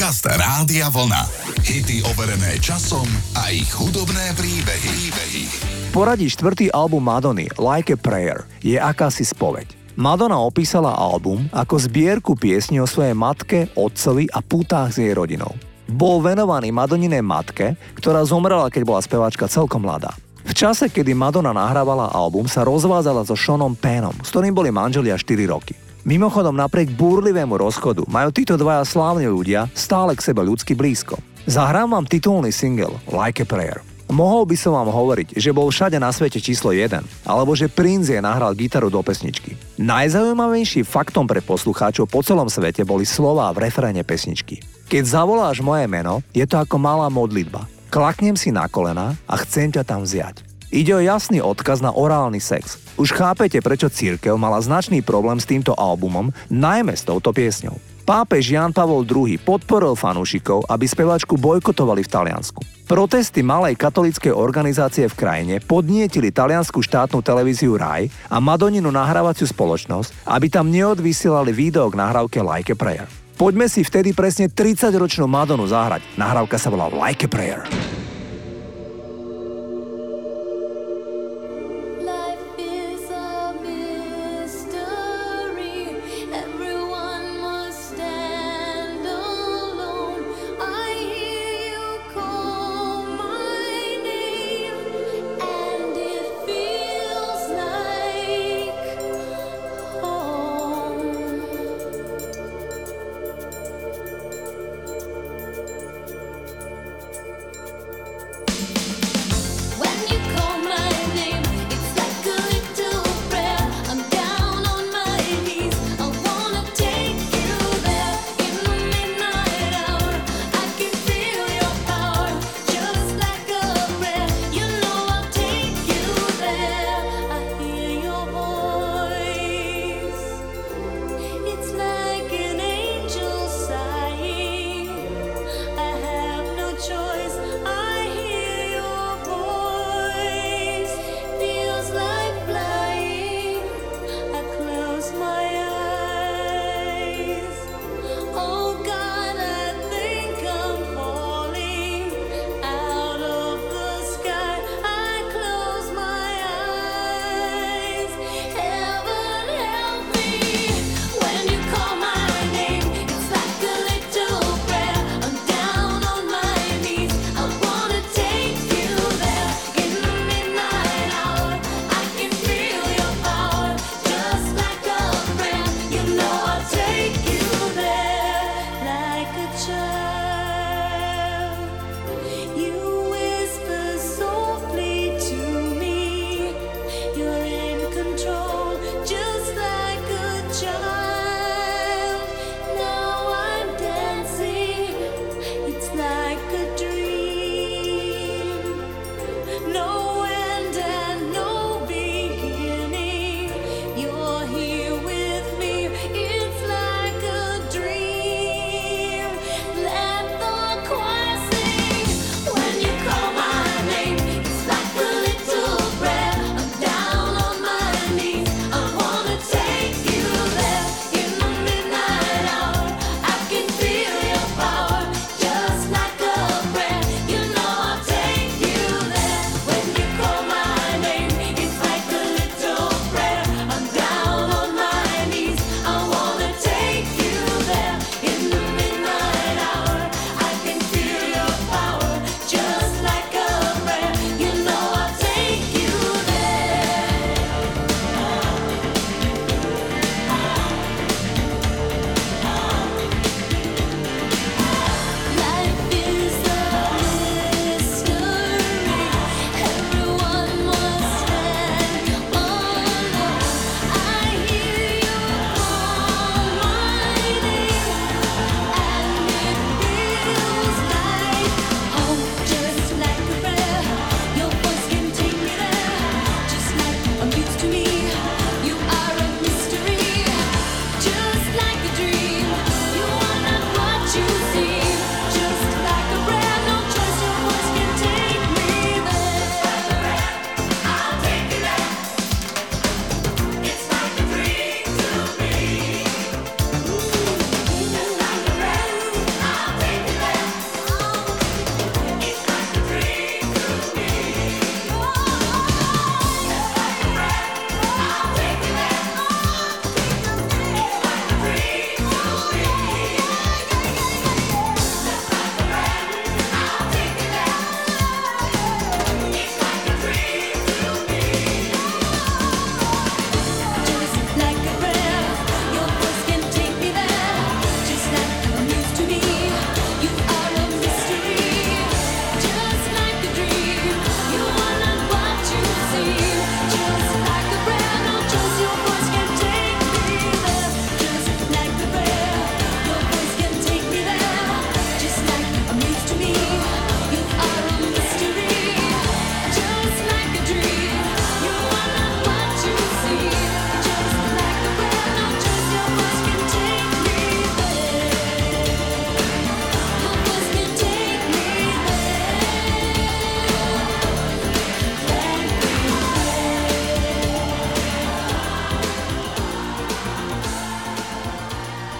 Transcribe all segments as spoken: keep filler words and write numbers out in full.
Podcast Rádia Vlna. Hity overené časom a ich hudobné príbehy. príbehy. V poradí štvrtý album Madonny, Like a Prayer, je akási spoveď. Madonna opísala album ako zbierku piesní o svojej matke, otcovi a pútách s jej rodinou. Bol venovaný Madonninej matke, ktorá zomrela, keď bola speváčka celkom mladá. V čase, kedy Madonna nahrávala album, sa rozvádzala so Seanom Pennom, s ktorým boli manželia štyri roky. Mimochodom, napriek búrlivému rozchodu majú títo dvaja slávni ľudia stále k sebe ľudsky blízko. Zahrám vám titulný single Like a Prayer. Mohol by som vám hovoriť, že bol všade na svete číslo jeden, alebo že Prince jej nahral gitaru do pesničky. Najzaujímavejším faktom pre poslucháčov po celom svete boli slová v refréne pesničky. Keď zavoláš moje meno, je to ako malá modlitba. Klaknem si na kolená a chcem ťa tam vziať. Ide o jasný odkaz na orálny sex. Už chápete, prečo cirkev mala značný problém s týmto albumom, najmä s touto piesňou. Pápež Ján Pavol druhý. podporil fanúšikov, aby speváčku bojkotovali v Taliansku. Protesty malej katolíckej organizácie v krajine podnietili taliansku štátnu televíziu Rai a Madonninu nahrávaciu spoločnosť, aby tam neodvysielali video k nahrávke Like a Prayer. Poďme si vtedy presne tridsaťročnú Madonnu zahrať. Nahrávka sa volá Like a Prayer.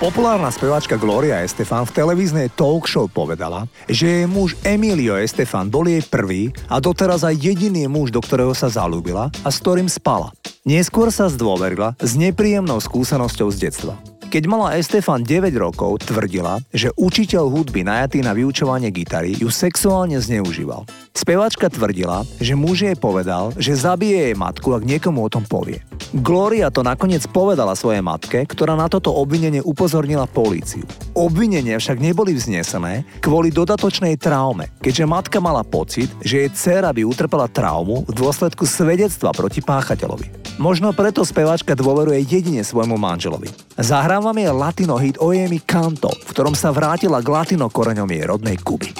Populárna speváčka Gloria Estefan v televíznej talk show povedala, že jej muž Emilio Estefan bol jej prvý a doteraz aj jediný muž, do ktorého sa zalúbila a s ktorým spala. Neskôr sa zdôverila s nepríjemnou skúsenosťou z detstva. Keď mala Estefan deväť rokov, tvrdila, že učiteľ hudby najatý na vyučovanie gitary ju sexuálne zneužíval. Speváčka tvrdila, že muž jej povedal, že zabije jej matku, ak niekomu o tom povie. Gloria to nakoniec povedala svojej matke, ktorá na toto obvinenie upozornila políciu. Obvinenia však neboli vznesené kvôli dodatočnej traume, keďže matka mala pocit, že jej dcéra by utrpela traumu v dôsledku svedectva proti páchateľovi. Možno preto speváčka dôveruje jedine svojmu manželovi. Zahrám vám je latino hit Oye mi canto, v ktorom sa vrátila k latino koreňom jej rodnej Kuby.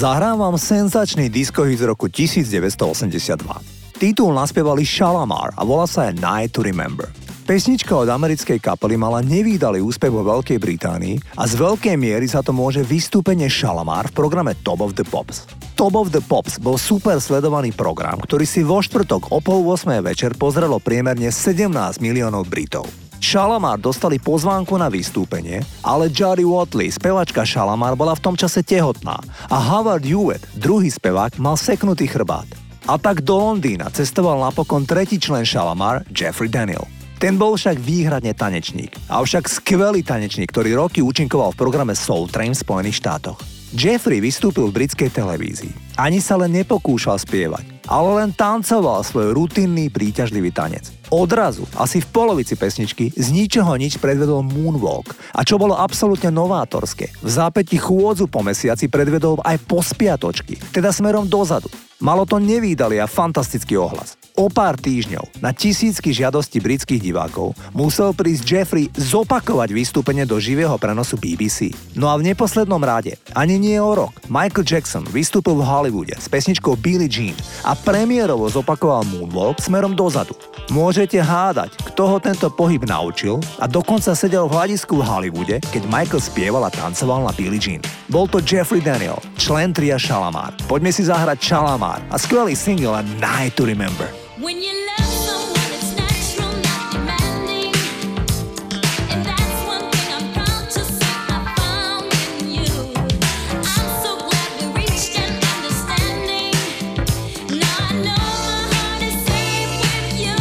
Zahrám vám senzačný diskohit z roku devätnásťstoosemdesiatdva. Titul naspievali Shalamar a volá sa Night to Remember. Pesnička od americkej kapely mala nevídalý úspech vo Veľkej Británii a z veľkej miery sa to môže vystúpenie Shalamar v programe Top of the Pops. Top of the Pops bol super sledovaný program, ktorý si vo štvrtok o pol ôsmej večer pozrelo priemerne sedemnásť miliónov Britov. Shalamar dostali pozvánku na vystúpenie, ale Jodie Watley, spevačka Shalamar, bola v tom čase tehotná a Howard Hewitt, druhý spevák, mal seknutý chrbát. A tak do Londýna cestoval napokon tretí člen Shalamar, Jeffrey Daniel. Ten bol však výhradne tanečník, avšak skvelý tanečník, ktorý roky účinkoval v programe Soul Train v Spojených štátoch. Jeffrey vystúpil v britskej televízii. Ani sa len nepokúšal spievať, ale len tancoval svoj rutinný príťažlivý tanec. Odrazu, asi v polovici pesničky, z ničoho nič predvedol moonwalk, a čo bolo absolútne novátorské. V zápäti chôdzu po mesiaci predvedol aj pospiatočky, teda smerom dozadu. Malo to nevídalý a fantastický ohlas. O pár týždňov, na tisícky žiadostí britských divákov, musel prísť Jeffrey zopakovať vystúpenie do živého prenosu bé bé cé. No a v neposlednom rade, ani nie o rok, Michael Jackson vystúpil v Hollywoode s pesničkou Billie Jean a premiérovo zopakoval moonwalk smerom dozadu. Môžete hádať, kto ho tento pohyb naučil, a dokonca sedel v hľadisku v Hollywoode, keď Michael spieval a tancoval na Billie Jean. Bol to Jeffrey Daniel, člen tria Shalamar. Poďme si zahrať Shalamar a skvelý single Night to Remember. When you love someone, it's natural, not demanding. And that's one thing I'm proud to say I found in you. I'm so glad we reached an understanding. Now I know my heart is safe with you.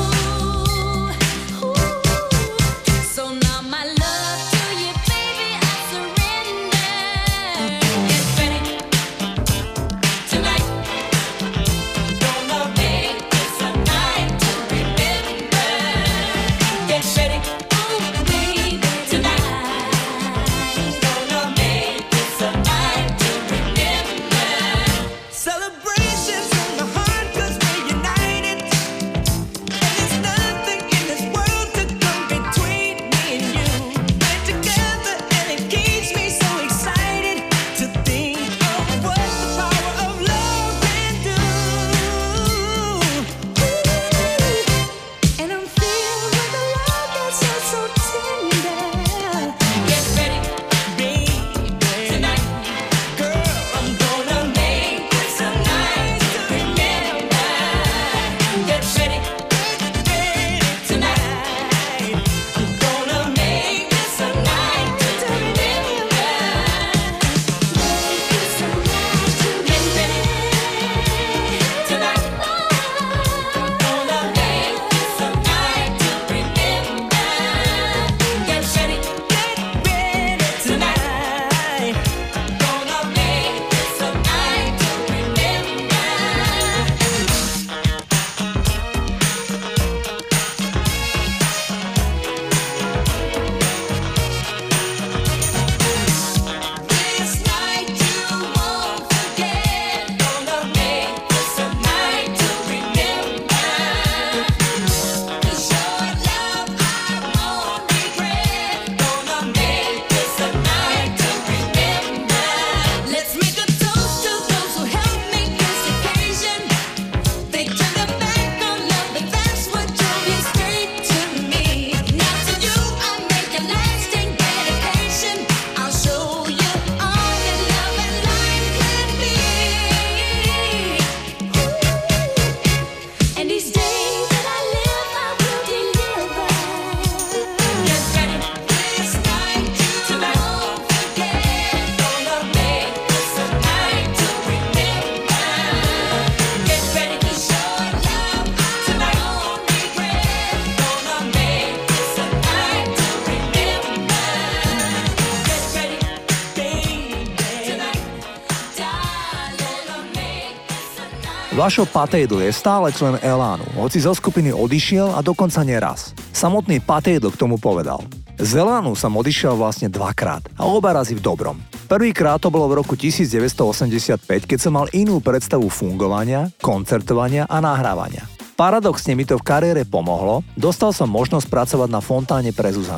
Ooh. So now my love to you, baby, I surrender. Get ready tonight. Gonna make this a night to remember. Get ready, ooh, baby, tonight. Gonna make this a night to remember. Celebrations in my heart 'cause we're united. And there's nothing in this world to come between me and you. We're together and it keeps me so excited to think of what the power of love can do. And I'm filled with a love that's so, so tender. Get ready Baby, tonight. girl, I'm gonna Make this a night to remember. Get ready tonight. I'm gonna Make this a night to remember. Get ready tonight. Gonna make this a night to remember. Get ready tonight. Gonna make this a night to This night you won't forget. Gonna make this a night to remember. 'Cause your love I won't regret. Gonna make this a night to remember. Let's make a toast to those who helped make this occasion. They turned their back on love, but that's what drove you straight to me. Now to you I make a lasting dedication. I'll show you all that love and life can be. And these days that I live, I will deliver. Get ready, this night you won't forget. Gonna make this a night to remember. Get ready, 'cause your love tonight won't regret. Gonna make this a night to remember. Get ready, baby, tonight, darling. Gonna make this a night. Vašo Patejdl je stále člen Elánu, hoci zo skupiny odišiel a dokonca neraz. Samotný Patejdl k tomu povedal: z Elánu som odišiel vlastne dvakrát a oba razy v dobrom. Prvýkrát to bolo v roku devätnásťstoosemdesiatpäť, keď som mal inú predstavu fungovania, koncertovania a nahrávania. Paradoxne mi to v kariére pomohlo, dostal som možnosť pracovať na fontáne pre Zuzanu.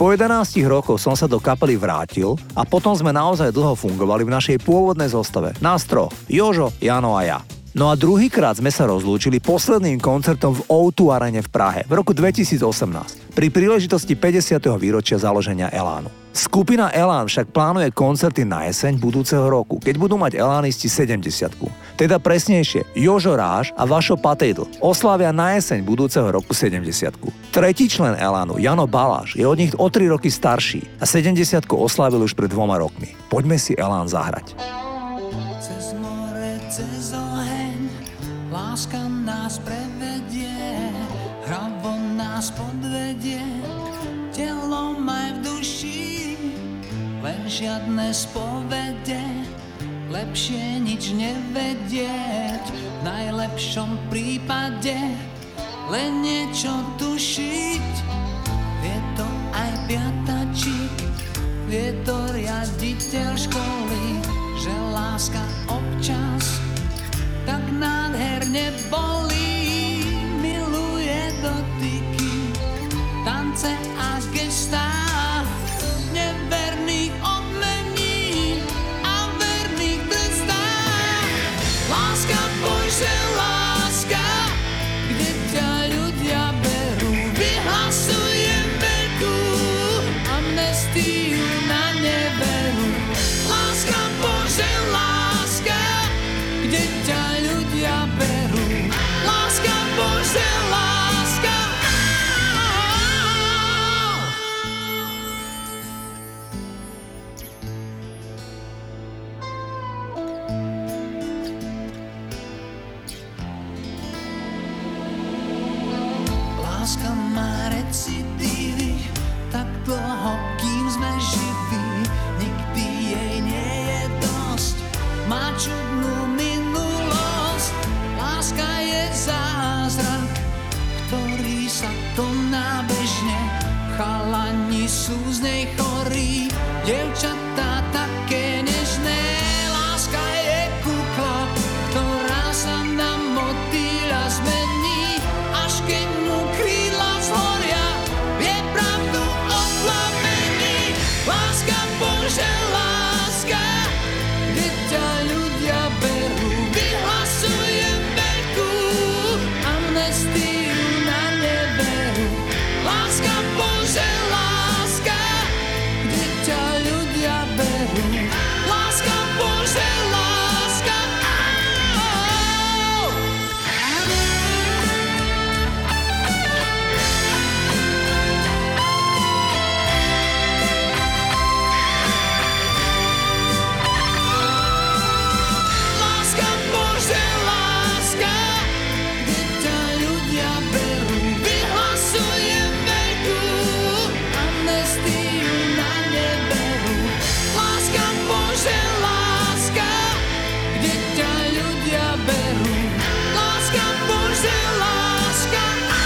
Po jedenástich rokoch som sa do kapely vrátil a potom sme naozaj dlho fungovali v našej pôvodnej zostave. Nás troch, Jožo, Jano a ja. No a druhýkrát sme sa rozlúčili posledným koncertom v ó dva Arene v Prahe v roku dvetisícosemnásť pri príležitosti päťdesiateho výročia založenia Elánu. Skupina Elán však plánuje koncerty na jeseň budúceho roku, keď budú mať elánisti sedemdesiatku. Teda presnejšie, Jožo Ráš a Vašo Patejdl oslávia na jeseň budúceho roku sedemdesiatku. Tretí člen Elánu, Jano Baláš, je od nich o tri roky starší a sedemdesiatku oslávil už pred dvoma rokmi. Poďme si Elán zahrať. Cez more, cez oheň, láska nás prevedie, hravo nás podvedie, telom aj v duši, len žiadne spovede, lepšie nič nevedieť, v najlepšom prípade len niečo tušiť. Vie to aj piatačík, vie to riaditeľ školy, že láska občas tak nádherne bolí. Miluje dotyky, tance a gestá, neverných odmení a verných trestá. Láska, Bože, láska, kde ťa ľudia berú, vyhlasujem veľkú amnestiu na neveru. Láska, Bože, láska, kde ťa ľudia berú. Láska, Bože, láska. Láska má recidívy, tak dlho, kým sme živí, nikdy jej nie je dosť, má čudnú minulosť. Láska je zázrak, ktorý sa koná bežne, chalani sú z nej chorí, dievčatá také nežné. Láska je kukla, ktorá sa na motýľa zmení, až keď mu krídla zhoria, vie pravdu o plamení. Láska, Bože, láska, kde ťa ľudia berú, vyhlasujem veľkú amnestiu na neveru. Láska, Bože, láska, kde ťa ľudia berú. Láska, Bože, láska. Au! Láska, Bože, láska, kde ťa ľudia berú, vyhlasujem veľkú amnestiu na neveru. Láska, Bože, láska, kde ťa ľudia berú. Láska, Bože, láska.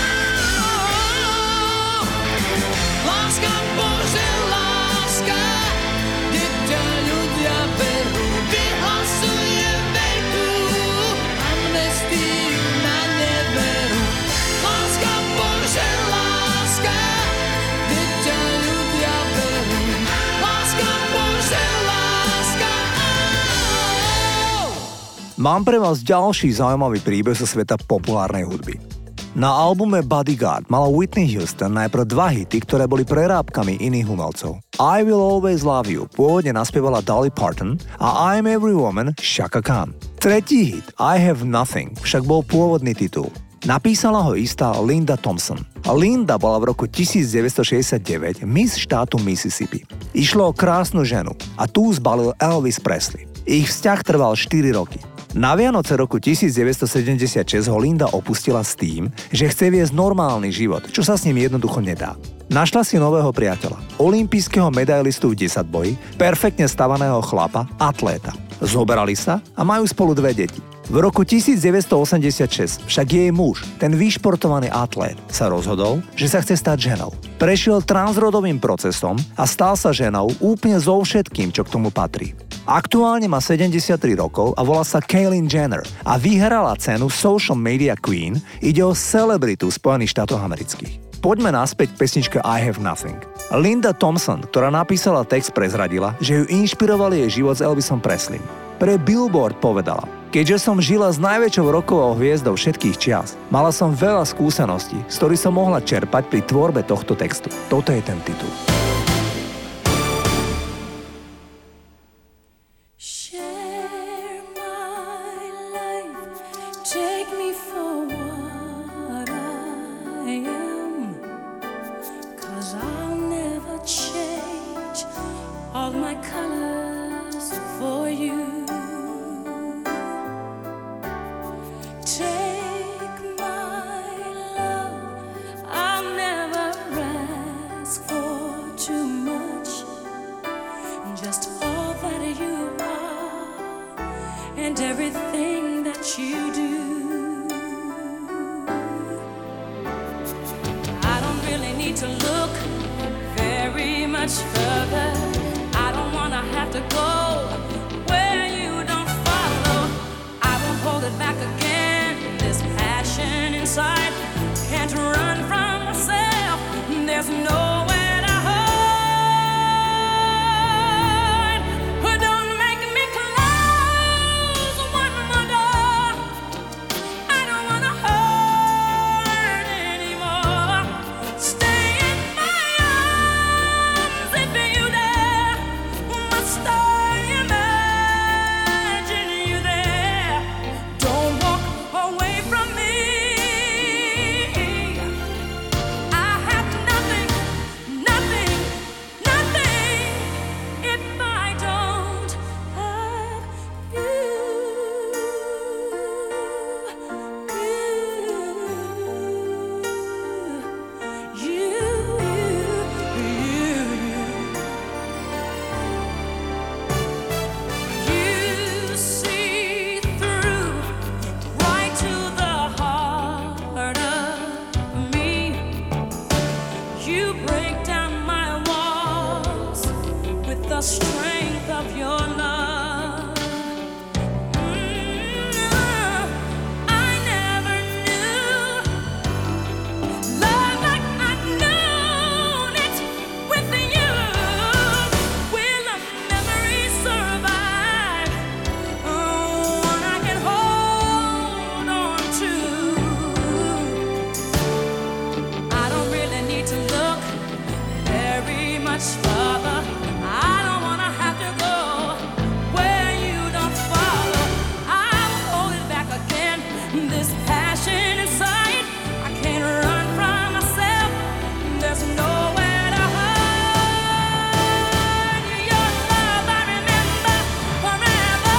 Au! Láska, Bože, láska, kde ťa ľudia berú, vyhlasujem veľkú amnestiu na neveru. Láska, Bože, láska, kde ťa ľudia berú. Láska, Bože, láska. Au! Mám pre vás ďalší zaujímavý príbeh zo sveta populárnej hudby. Na albume Bodyguard mala Whitney Houston najprv dva hity, ktoré boli prerábkami iných umelcov. I Will Always Love You pôvodne naspievala Dolly Parton a I'm Every Woman Chaka Khan. Tretí hit I Have Nothing však bol pôvodný titul. Napísala ho istá Linda Thompson. A Linda bola v roku devätnásťstošesťdesiatdeväť Miss štátu Mississippi. Išlo o krásnu ženu a tú zbalil Elvis Presley. Ich vzťah trval štyri roky. Na Vianoce roku devätnásťstosedemdesiatšesť ho Linda opustila s tým, že chce viesť normálny život, čo sa s ním jednoducho nedá. Našla si nového priateľa, olympijského medailistu v desaťboji, perfektne stavaného chlapa, atléta. Zobrali sa a majú spolu dve deti. V roku devätnásťstoosemdesiatšesť však jej muž, ten vyšportovaný atlét, sa rozhodol, že sa chce stať ženou. Prešiel transrodovým procesom a stal sa ženou úplne so všetkým, čo k tomu patrí. Aktuálne má sedemdesiattri rokov a volá sa Caitlyn Jenner a vyhrala cenu Social Media Queen, ide o celebritu Spojených štátov amerických. Poďme naspäť k pesničke I Have Nothing. Linda Thompson, ktorá napísala text, prezradila, že ju inšpiroval jej život s Elvisom Presleym. Pre Billboard povedala: Keďže som žila s najväčšou rockovou hviezdou všetkých čias, mala som veľa skúseností, z ktorých som mohla čerpať pri tvorbe tohto textu. Toto je ten titul. Share my life, take me for what I am, 'cause I'll never change all my colors for you. Take my love, I'll never ask for too much, just all that you are and everything that you do. I don't really need to look very much further. I don't wanna have to go where you don't follow. I won't hold it back again. This passion inside can't run from myself. There's nowhere to hide. Don't make me close one more door. I don't wanna hurt anymore. Stay in my arms if you dare. Must I imagine you there? Don't walk away from me. I have nothing, nothing, nothing if I don't have you. You, you, you, you see through right to the heart of me. You break down my walls with the strength of your love. Mm, I never knew love like I've known it with you. Will a memory survive? Oh, one I can hold on to. I don't really need to look very much further. I don't wanna have to go where you don't follow. I'll hold it back again. This passion inside, I can't run from myself. There's nowhere to hide. Your love I remember forever.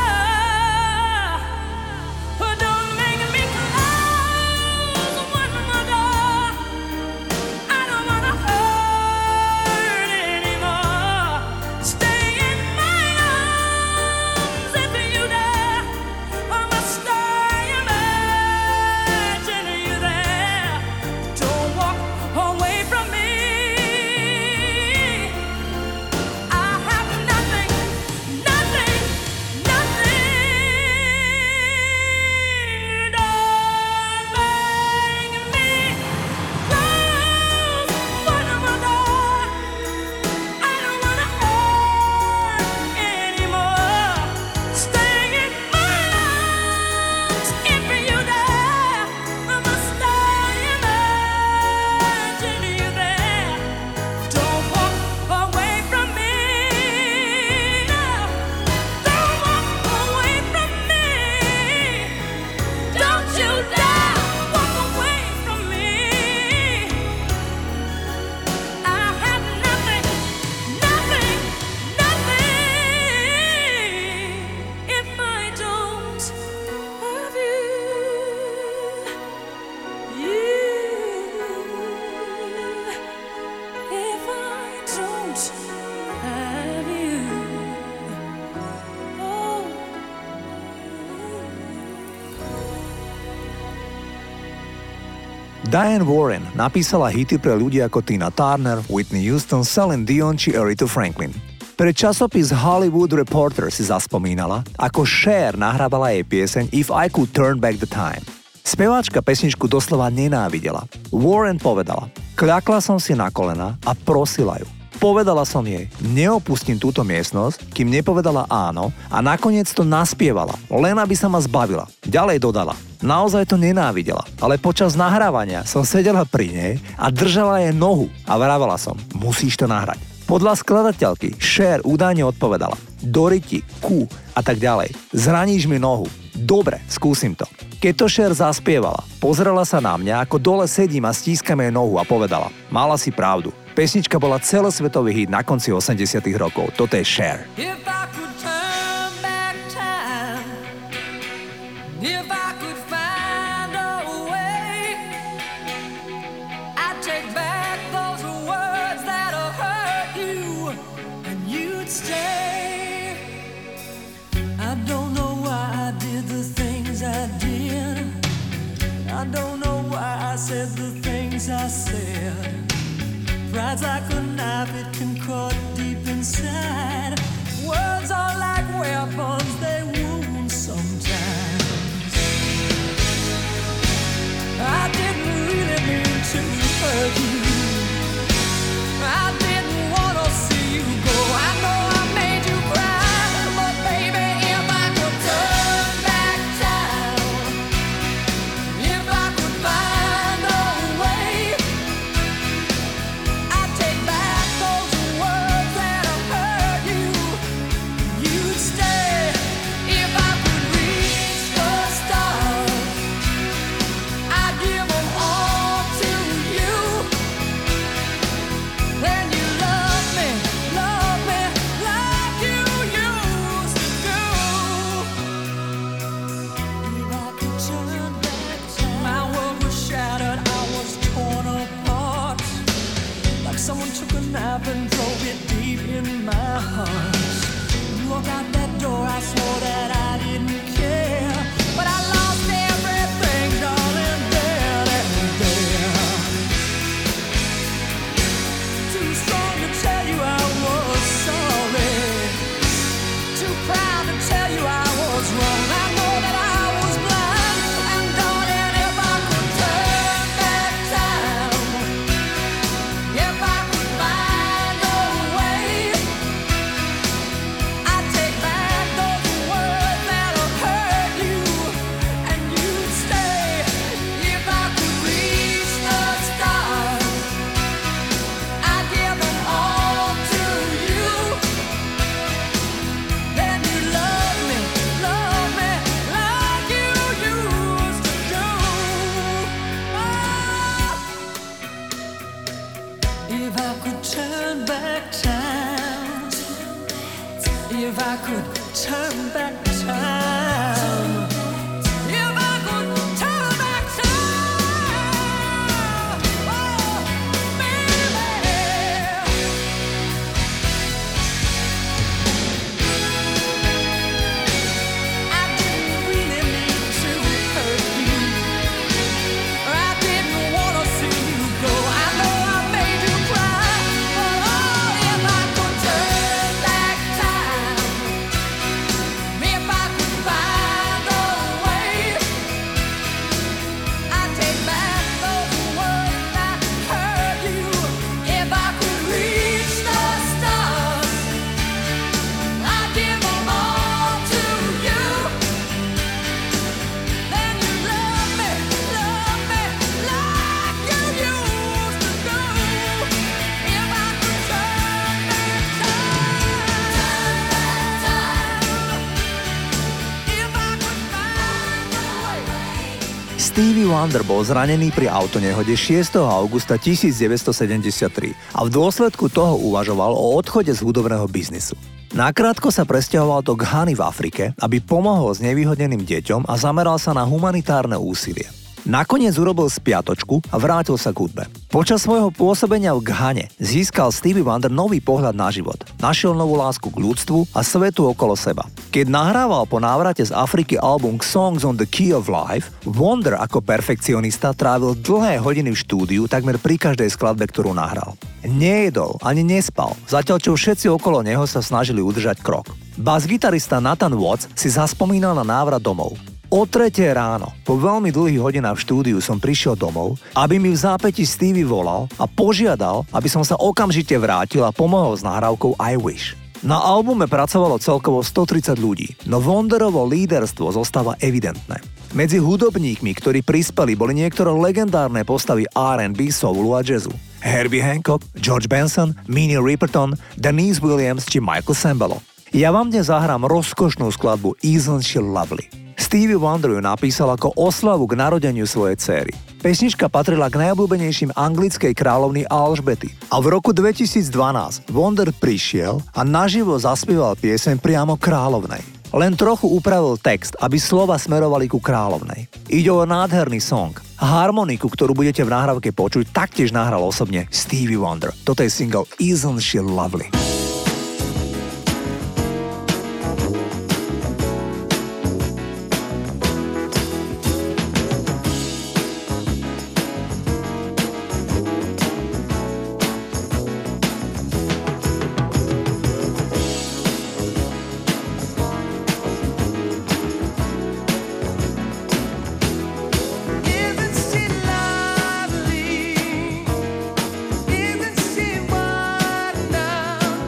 Don't make me close one more door. I don't wanna hurt anymore. Stay in my arms if you dare. Or must I imagine you there? Don't walk away from me. I have nothing, nothing, nothing. Don't make me close one more door. I don't wanna hurt anymore. Stay in my arms if you dare. Or must I imagine you there? Don't walk away from me. No, don't walk away from me. Don't you dare walk away from me. I have nothing, nothing, nothing if I don't have you. You, if I don't have you. Oh. Diane Warren napísala hity pre ľudí ako Tina Turner, Whitney Houston, Celine Dion či Aretha Franklin. Pre časopis Hollywood Reporter si zaspomínala, ako Cher nahrávala jej pieseň If I Could Turn Back the Time. Speváčka pesničku doslova nenávidela. Warren povedala: kľakla som si na kolena a prosila ju. Povedala som jej, neopustím túto miestnosť, kým nepovedala áno a nakoniec to naspievala, len aby sa ma zbavila. Ďalej dodala: naozaj to nenávidela, ale počas nahrávania som sedela pri nej a držala jej nohu a vravala som: musíš to nahrať. Podľa skladateľky Cher údajne odpovedala: Doriti, ku a tak ďalej. Zraníš mi nohu. Dobre, skúsim to. Keď to Cher zaspievala, pozrela sa na mňa, ako dole sedím a stískam jej nohu a povedala: mala si pravdu. Pesnička bola celosvetový hit na konci osemdesiatych rokov. Toto je Cher. If I could turn back time, if I could find a way, I'd take back those words that'll hurt you, and you'd stay. I don't know why I did the things I did. I don't know why I said the things I said. Pride's like a knife, it can cut deep inside. Words are like weapons, they wound sometimes. I didn't really mean to hurt you. I didn't want to see you go. I know I made you cry, but baby, if I could turn back time, if I could find a way, I'd take back those words that have hurt you. You'd stay. If I could reach the stars, I'd give them all to you. Then you love me, love me like you used to do. If I could turn back time, my world was shattered, I was torn apart. Like someone took a knife and drove it deep in my heart. You walked out that door, I swore that I didn't care, but I lost everything, darling, there and there. Too strong to tell you I was sorry, too proud to tell you I was wrong. I know that I was blind, and darling, if I could turn back time, if I could find a way, I'd take back those words that'll hurt you, and you'd stay. If I could reach the stars, I'd give them all to you. Then you love me, love me like you used to do. Oh. If I could turn back time, if I could turn back time, if I could turn back time, oh, baby. I didn't really mean to hurt you. I didn't want to see you go. I know I made you cry, but oh, if I could turn back time, if I could find a way, I'd take back those words that hurt you. If I could reach the stars, I'd give them all to you. Then you love me, love me like you used to do. If I could turn back time, if I could find a way. Stevie Wonder bol zranený pri autonehode šiesteho augusta tisícdeväťstosedemdesiattri a v dôsledku toho uvažoval o odchode z hudobného biznisu. Nakrátko sa presťahoval do Ghany v Afrike, aby pomohol s nevýhodneným deťom a zameral sa na humanitárne úsilie. Nakoniec urobil spiatočku a vrátil sa k hudbe. Počas svojho pôsobenia v Ghane získal Stevie Wonder nový pohľad na život. Našiel novú lásku k ľudstvu a svetu okolo seba. Keď nahrával po návrate z Afriky album Songs on the Key of Life, Wonder ako perfekcionista trávil dlhé hodiny v štúdiu takmer pri každej skladbe, ktorú nahral. Nejedol ani nespal, zatiaľ čo všetci okolo neho sa snažili udržať krok. Bas-gitarista Nathan Watts si zaspomínal na návrat domov. O tretej ráno, po veľmi dlhých hodinách v štúdiu som prišiel domov, aby mi v zápäti Stevie volal a požiadal, aby som sa okamžite vrátil a pomohol s nahrávkou I Wish. Na albume pracovalo celkovo stotridsať ľudí, no Wonderovo líderstvo zostáva evidentné. Medzi hudobníkmi, ktorí prispeli, boli niektoré legendárne postavy R and B, soulu a jazzu. Herbie Hancock, George Benson, Minnie Riperton, Denise Williams či Michael Sembello. Ja vám dnes zahrám rozkošnú skladbu Isn't She Lovely. Stevie Wonder ju napísal ako oslavu k narodeniu svojej dcéry. Pesnička patrila k najobľúbenejším anglickej kráľovny Alžbety a v roku dvetisícdvanásť Wonder prišiel a naživo zaspieval pieseň priamo kráľovnej. Len trochu upravil text, aby slova smerovali ku kráľovnej. Ide o nádherný song. Harmoniku, ktorú budete v nahrávke počuť, taktiež nahral osobne Stevie Wonder. Toto je single Isn't She Lovely. Isn't she lovely? Isn't she wonderful?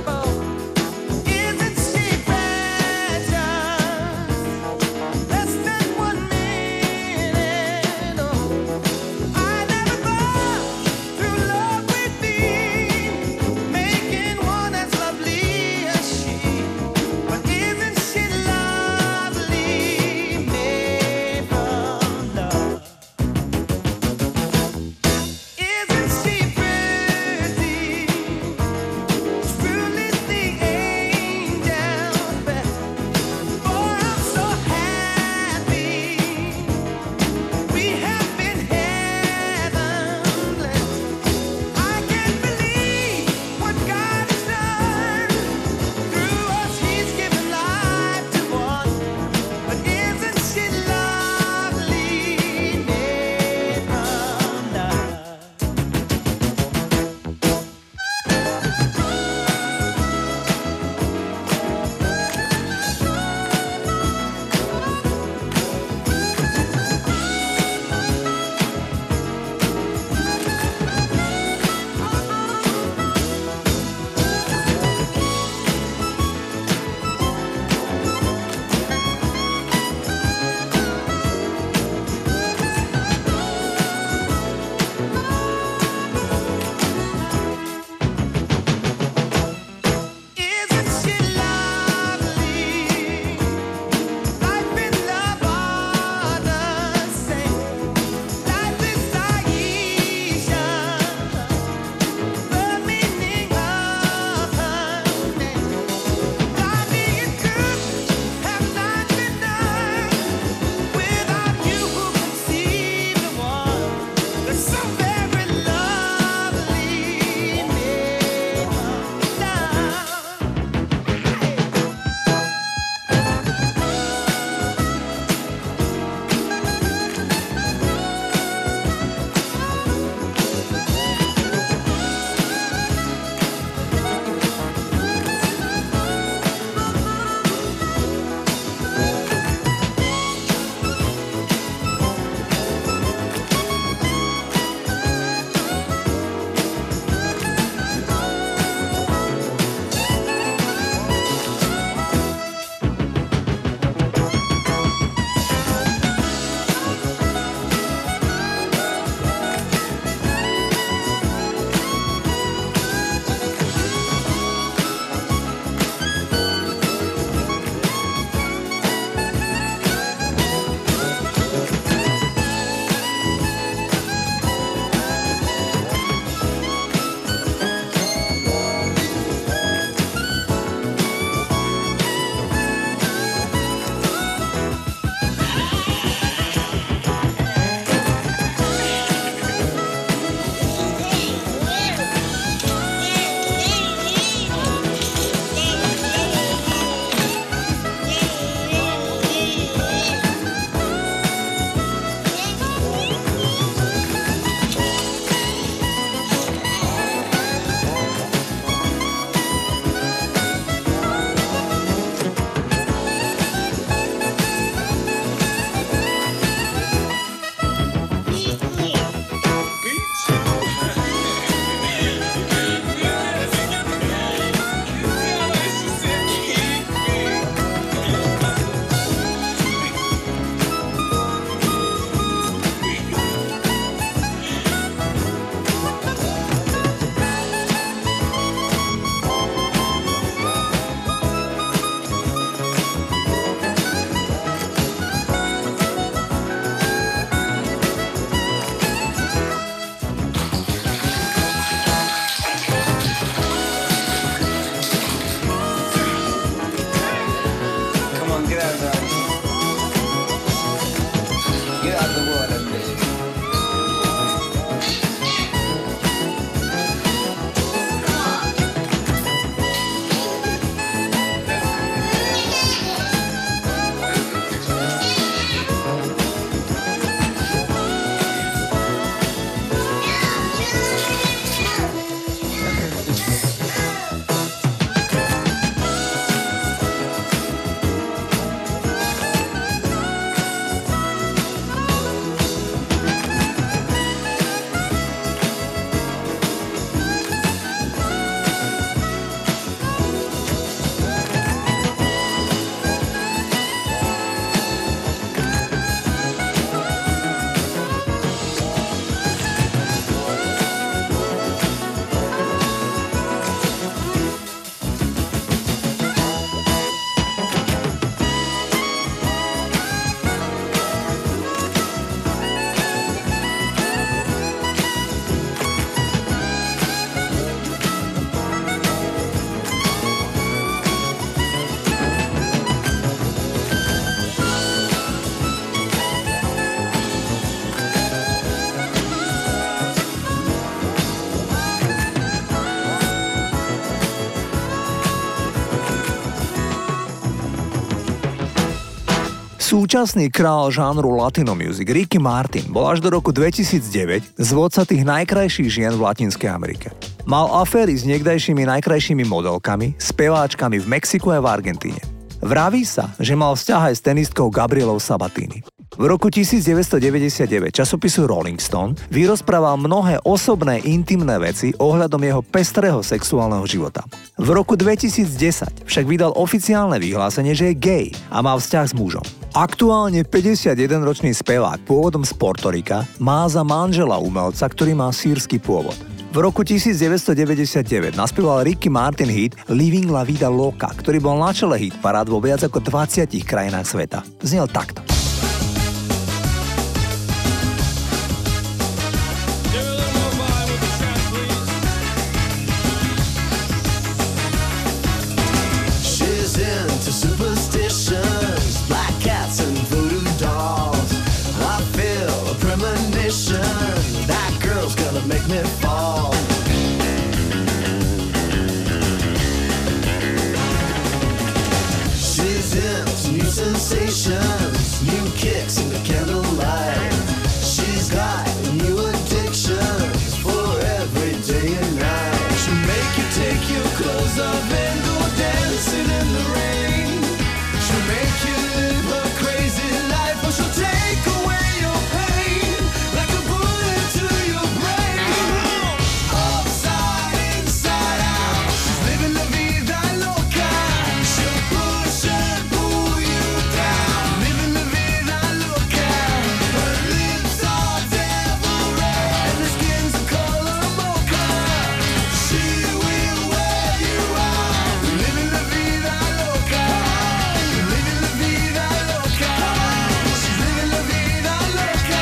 Súčasný král žánru Latino Music Ricky Martin bol až do roku dvetisícdeväť z vodca tých najkrajších žien v Latinskej Amerike. Mal aféry s niekdajšími najkrajšími modelkami, speváčkami v Mexiku a v Argentíne. Vraví sa, že mal vzťah aj s tenistkou Gabrielou Sabatini. V roku devätnásťstodeväťdesiatdeväť časopisu Rolling Stone vyrozprával mnohé osobné, intimné veci ohľadom jeho pestrého sexuálneho života. V roku dvetisícdesať však vydal oficiálne vyhlásenie, že je gay a má vzťah s mužom. Aktuálne päťdesiatjedenročný spevák pôvodom z Portorika má za manžela umelca, ktorý má sírsky pôvod. V roku devätnásťstodeväťdesiatdeväť naspieval Ricky Martin hit Living La Vida Loca, ktorý bol na čele hit parád vo viac ako dvadsiatich krajinách sveta. Znel takto. Superstitions, black cats and voodoo dolls. I feel a premonition. That girl's gonna make me fall. She's into new sensations, new kicks in the candlelight. She's got new addictions for every day and night. She'll make you take your clothes off and go dancing in the rain. She'll make you live a crazy life, or she'll take away your pain like a bullet to your brain. Upside, inside out, she's living la vida loca. She'll push and pull you down, living la vida loca. Her lips are devil red and her skin's the color mocha. She will wear you out, living la vida loca. Living la vida loca. She's living la vida loca.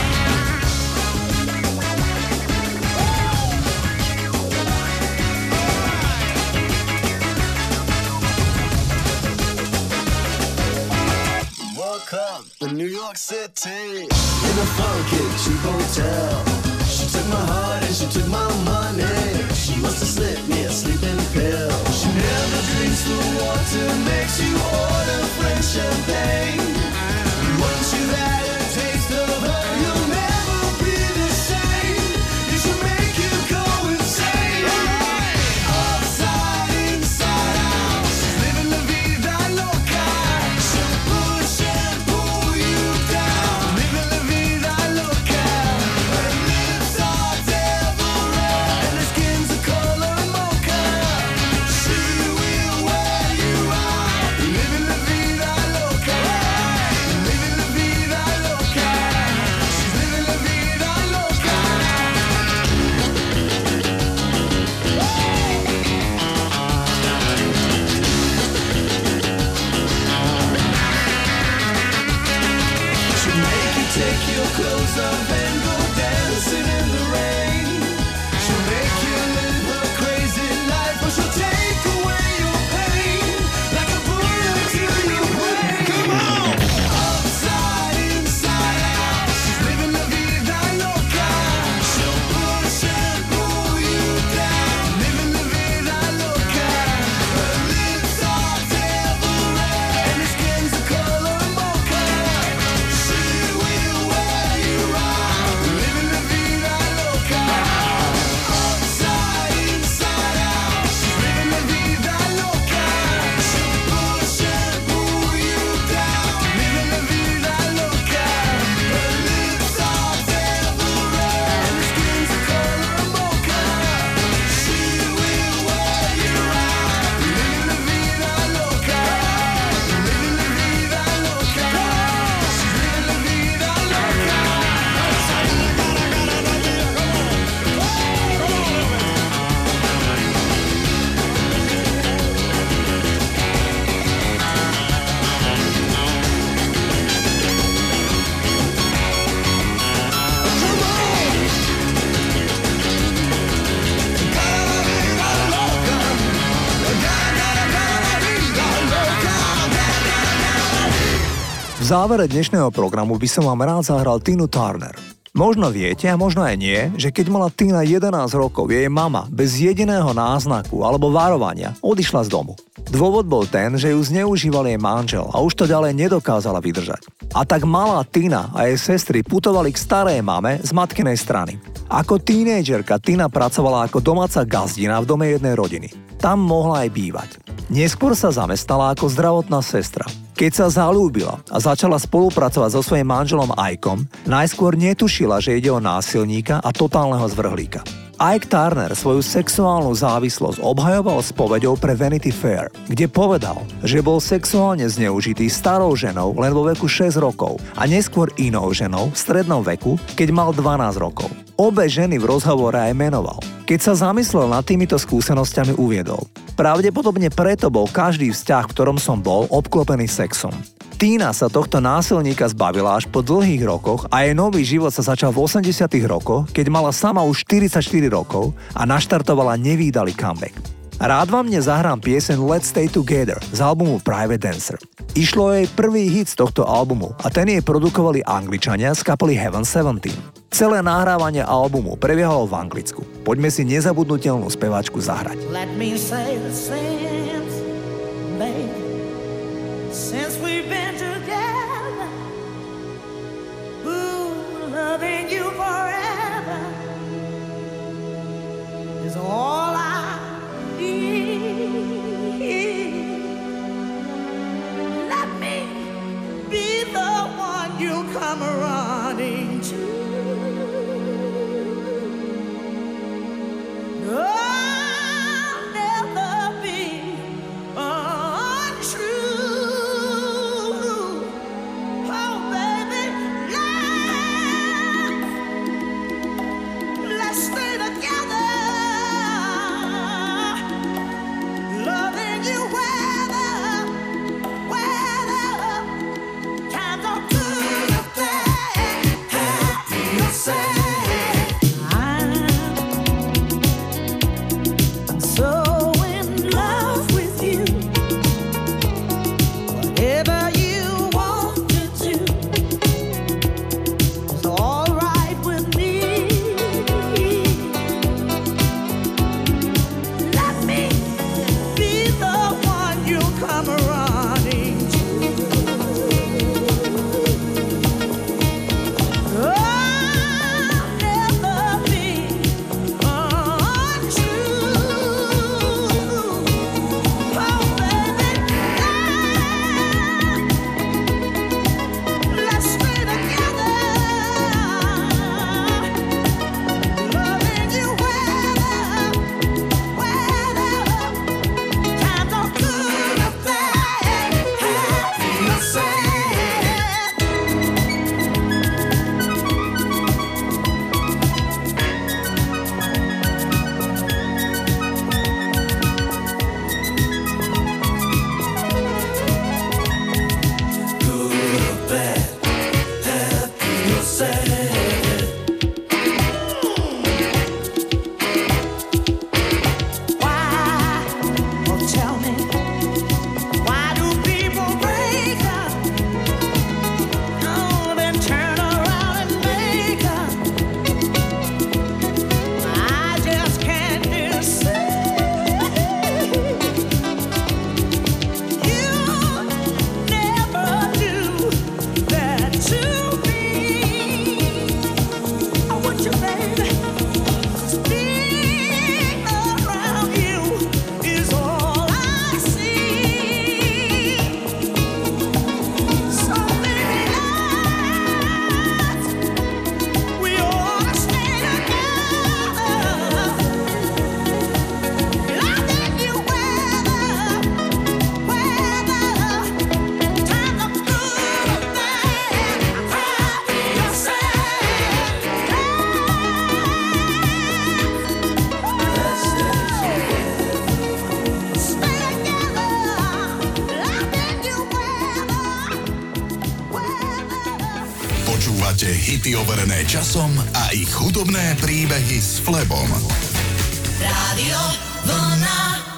Woke up in New York City in a funky cheap hotel. She took my heart and she took my money. She must have slipped me a sleeping pill. She never drinks the water, makes you order French champagne. Once you've had a taste of her, you'll never be the same. You should make you go insane. Upside, inside out, she's living la vida loca. She'll push and pull you down, living la vida loca. Her lips are devil red and her skin's the color mocha. She will wear you out, living la vida loca. Living la vida loca. She's living la vida loca. She'll make you take your clothes off and go dancing in the rain. She'll make you live a crazy life, or she'll take away your pain like a bullet to your brain. Come on! Upside, inside out, she's living la vida loca. She'll push and pull you down, living la vida loca. Her lips are devil red and her skin's the color mocha. She will wear you out, living la vida loca. Upside, inside out, she's living la vida loca. She'll push and pull you down, living la vida loca. Her lips are devil red and her skin's the color mocha. She will wear you out, living la vida loca. Living la vida loca. She's living la vida loca. V závere dnešného programu by som vám rád zahral Tinu Turner. Možno viete a možno aj nie, že keď mala Tina jedenásť rokov, jej mama bez jediného náznaku alebo varovania odišla z domu. Dôvod bol ten, že ju zneužíval jej manžel a už to ďalej nedokázala vydržať. A tak malá Tina a jej sestry putovali k starej mame z matkinej strany. Ako tínedžerka Tina pracovala ako domáca gazdina v dome jednej rodiny. Tam mohla aj bývať. Neskôr sa zamestnala ako zdravotná sestra. Keď sa zaľúbila a začala spolupracovať so svojím manželom Ikeom, najskôr netušila, že ide o násilníka a totálneho zvrhlíka. Ike Turner svoju sexuálnu závislosť obhajoval s povedou pre Vanity Fair, kde povedal, že bol sexuálne zneužitý starou ženou len vo veku šesť rokov a neskôr inou ženou v strednom veku, keď mal dvanásť rokov. Obe ženy v rozhovore aj menoval. Keď sa zamyslel nad týmito skúsenosťami, uviedol: pravdepodobne preto bol každý vzťah, v ktorom som bol, obklopený sexom. Tina sa tohto násilníka zbavila až po dlhých rokoch a jej nový život sa začal v osemdesiatych rokoch, keď mala sama už štyridsaťštyri rokov a naštartovala nevídalý comeback. Rád vám dnes zahrám pieseň Let's Stay Together z albumu Private Dancer. Išlo jej prvý hit z tohto albumu a ten jej produkovali Angličania z kapely Heaven sedemnásť. Celé nahrávanie albumu prebiehalo v Anglicku. Poďme si nezabudnutelnú speváčku zahrať. Let me say the since, baby, since we've been together, ooh, loving you forever is all I need. Let me be the one you come running to. I'll never be untrue. Oh, baby, let's, let's stay together. Loving you weather, weather. Times are good or bad, happy or sad. Počúvate hity overené časom a ich hudobné príbehy s Flebom. Rádio Vlna.